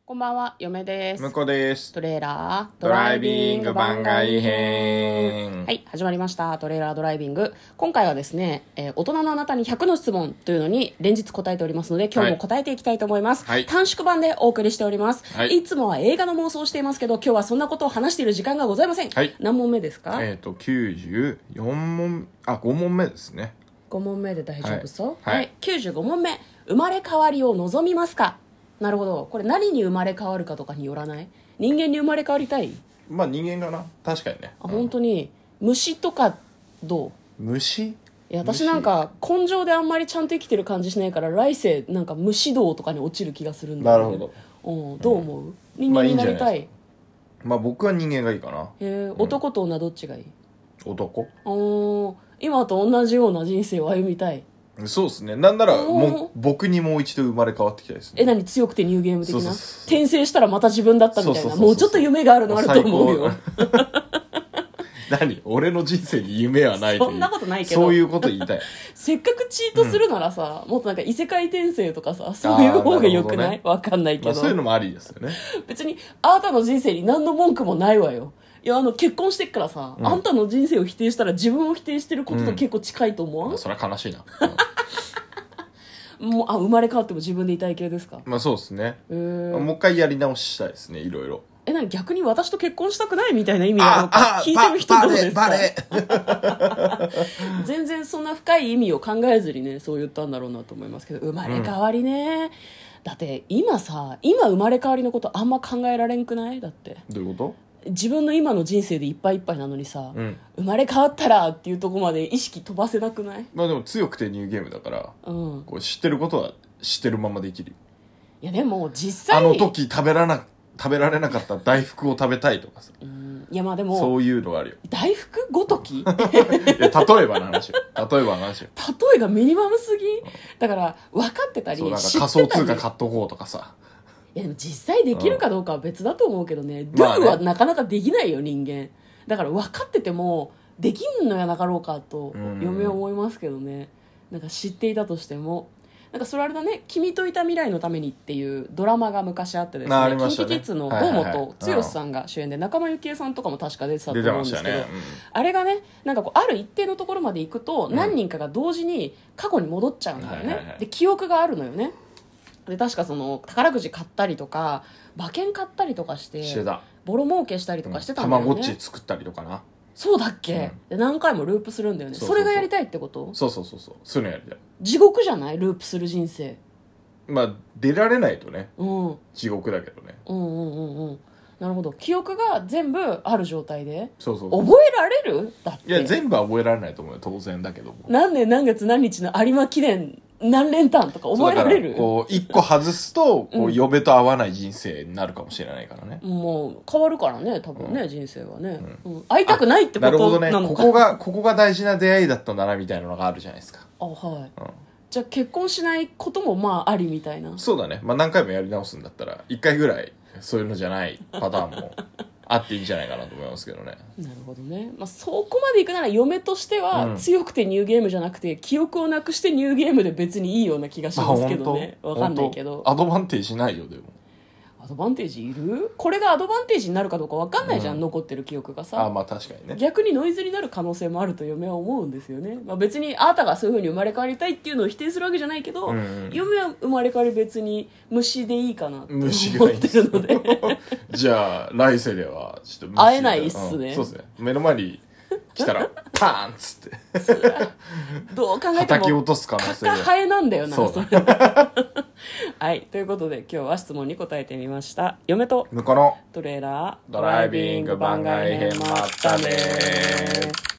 こんばんは、嫁です。 向こうです。 トレーラードドライビング番外編。 はい、始まりました。トレーラードライビング。今回はですね、大人のあなたに100の質問というのに連日答えておりますので、今日も答えていきたいと思います。 はい、 短縮版でお送りしております。 はい、 いつもは映画の妄想をしていますけど、今日はそんなことを話している時間がございません。 はい、 何問目ですか ？94問、5問目ですね。 5問目で大丈夫そう、 はい、 95問目。生まれ変わりを望みますか？なるほど。これ何に生まれ変わるかとかによらない？人間に生まれ変わりたい？ まあ人間かな。確かにね。 本当に虫とかどう？ 虫？ いや私なんか根性であんまりちゃんと生きてる感じしないから来世なんか虫道とかに落ちる気がするんだよね。 なるほど。どう思う？人間になりたい？ まあ僕は人間がいいかな。 男と女どっちがいい？ 男？ 今と同じような人生を歩みたい。 そうですね。なんなら僕にもう一度生まれ変わってきたいですね。 何強くてニューゲーム的な？ そう転生したらまた自分だったみたいな。もうちょっと夢があるのあると思うよ。 何？俺の人生に夢はないという。 そんなことないけど。 そういうこと言いたい。 せっかくチートするならさ、もっとなんか異世界転生とかさ、そういう方がよくない？わかんないけど、 そういうのもありですよね。 別にあなたの人生に何の文句もないわよ。いや結婚してっからさ、あんたの人生を否定したら自分を否定してることと結構近いと思う？ それは悲しいな。 もう生まれ変わっても自分でいたい系ですか？ まあそうですね。もう一回やり直したいですね、いろいろ。 何逆に私と結婚したくないみたいな意味なのか聞いてる人どうですか？ バレ全然そんな深い意味を考えずにねそう言ったんだろうなと思いますけど、生まれ変わりね、だって今生まれ変わりのことあんま考えられんくない？だってどういうこと？ 自分の今の人生でいっぱいいっぱいなのにさ、生まれ変わったらっていうところまで意識飛ばせなくない？ まあでも強くてニューゲームだから、こう知ってることは知ってるままできる。 いやでも実際あの時食べられなかった大福を食べたいとかさ、 いやまあでもそういうのがあるよ。 大福ごとき？いや例えばの話よ。例えがミニマムすぎ。だから分かってたりそうなんか知ってたり、 仮想通貨買っとこうとかさ。 いやでも実際できるかどうかは別だと思うけどね、ドゥはなかなかできないよ人間だから。分かっててもできんのやなかろうかと嫁は思いますけどね。なんか知っていたとしてもなんかそれあれだね、君といた未来のためにっていうドラマが昔あってですね、KinKiKids の堂本剛さんが主演で仲間由紀恵さんとかも確か出てたと思うんですけど、あれがねなんかこうある一定のところまで行くと何人かが同時に過去に戻っちゃうんだよね、で記憶があるのよね。で確かその宝くじ買ったりとか馬券買ったりとかしてボロ儲けしたりとかしてたんだよね、 たまごっち作ったりとかな。 そうだっけ、で何回もループするんだよね。それがやりたいってこと？ そうそういうのやりたい。 地獄じゃない？ループする人生。 まあ出られないとね、地獄だけどね。 なるほど。記憶が全部ある状態でそう覚えられる？だっていや全部は覚えられないと思うよ、当然だけども。 何年何月何日の有馬記念何連単とか覚えられる？ こう一個外すとこう嫁と合わない人生になるかもしれないからね。 もう変わるからね多分ね、人生はね、会いたくないってことなのか。 なるほどね。ここが大事な出会いだったんだなみたいなのがあるじゃないですか。 はい、じゃあ結婚しないこともまあありみたいな。 そうだね。まあ何回もやり直すんだったら1回ぐらいそういうのじゃないパターンもあっていいんじゃないかなと思いますけどね。 なるほどね、そこまでいくなら嫁としては強くてニューゲームじゃなくて、記憶をなくしてニューゲームで別にいいような気がしますけどね。わかんないけどアドバンテージないよ。でもアドバンテージいる？これがアドバンテージになるかどうか分かんないじゃん、残ってる記憶がさ。 まあ確かにね。 逆にノイズになる可能性もあると嫁は思うんですよね。別にあなたがそういう風に生まれ変わりたいっていうのを否定するわけじゃないけど、嫁は生まれ変わり別に虫でいいかなって思ってるのでじゃあ来世ではちょっと会えないっすね、 そうですね。目の前に来たらパーンっつってどう考えても叩き落とす可能性カカハエなんだよな。 そうはいということで今日は質問に答えてみました。嫁と向こうのトレーラードライビング番外編、まったね。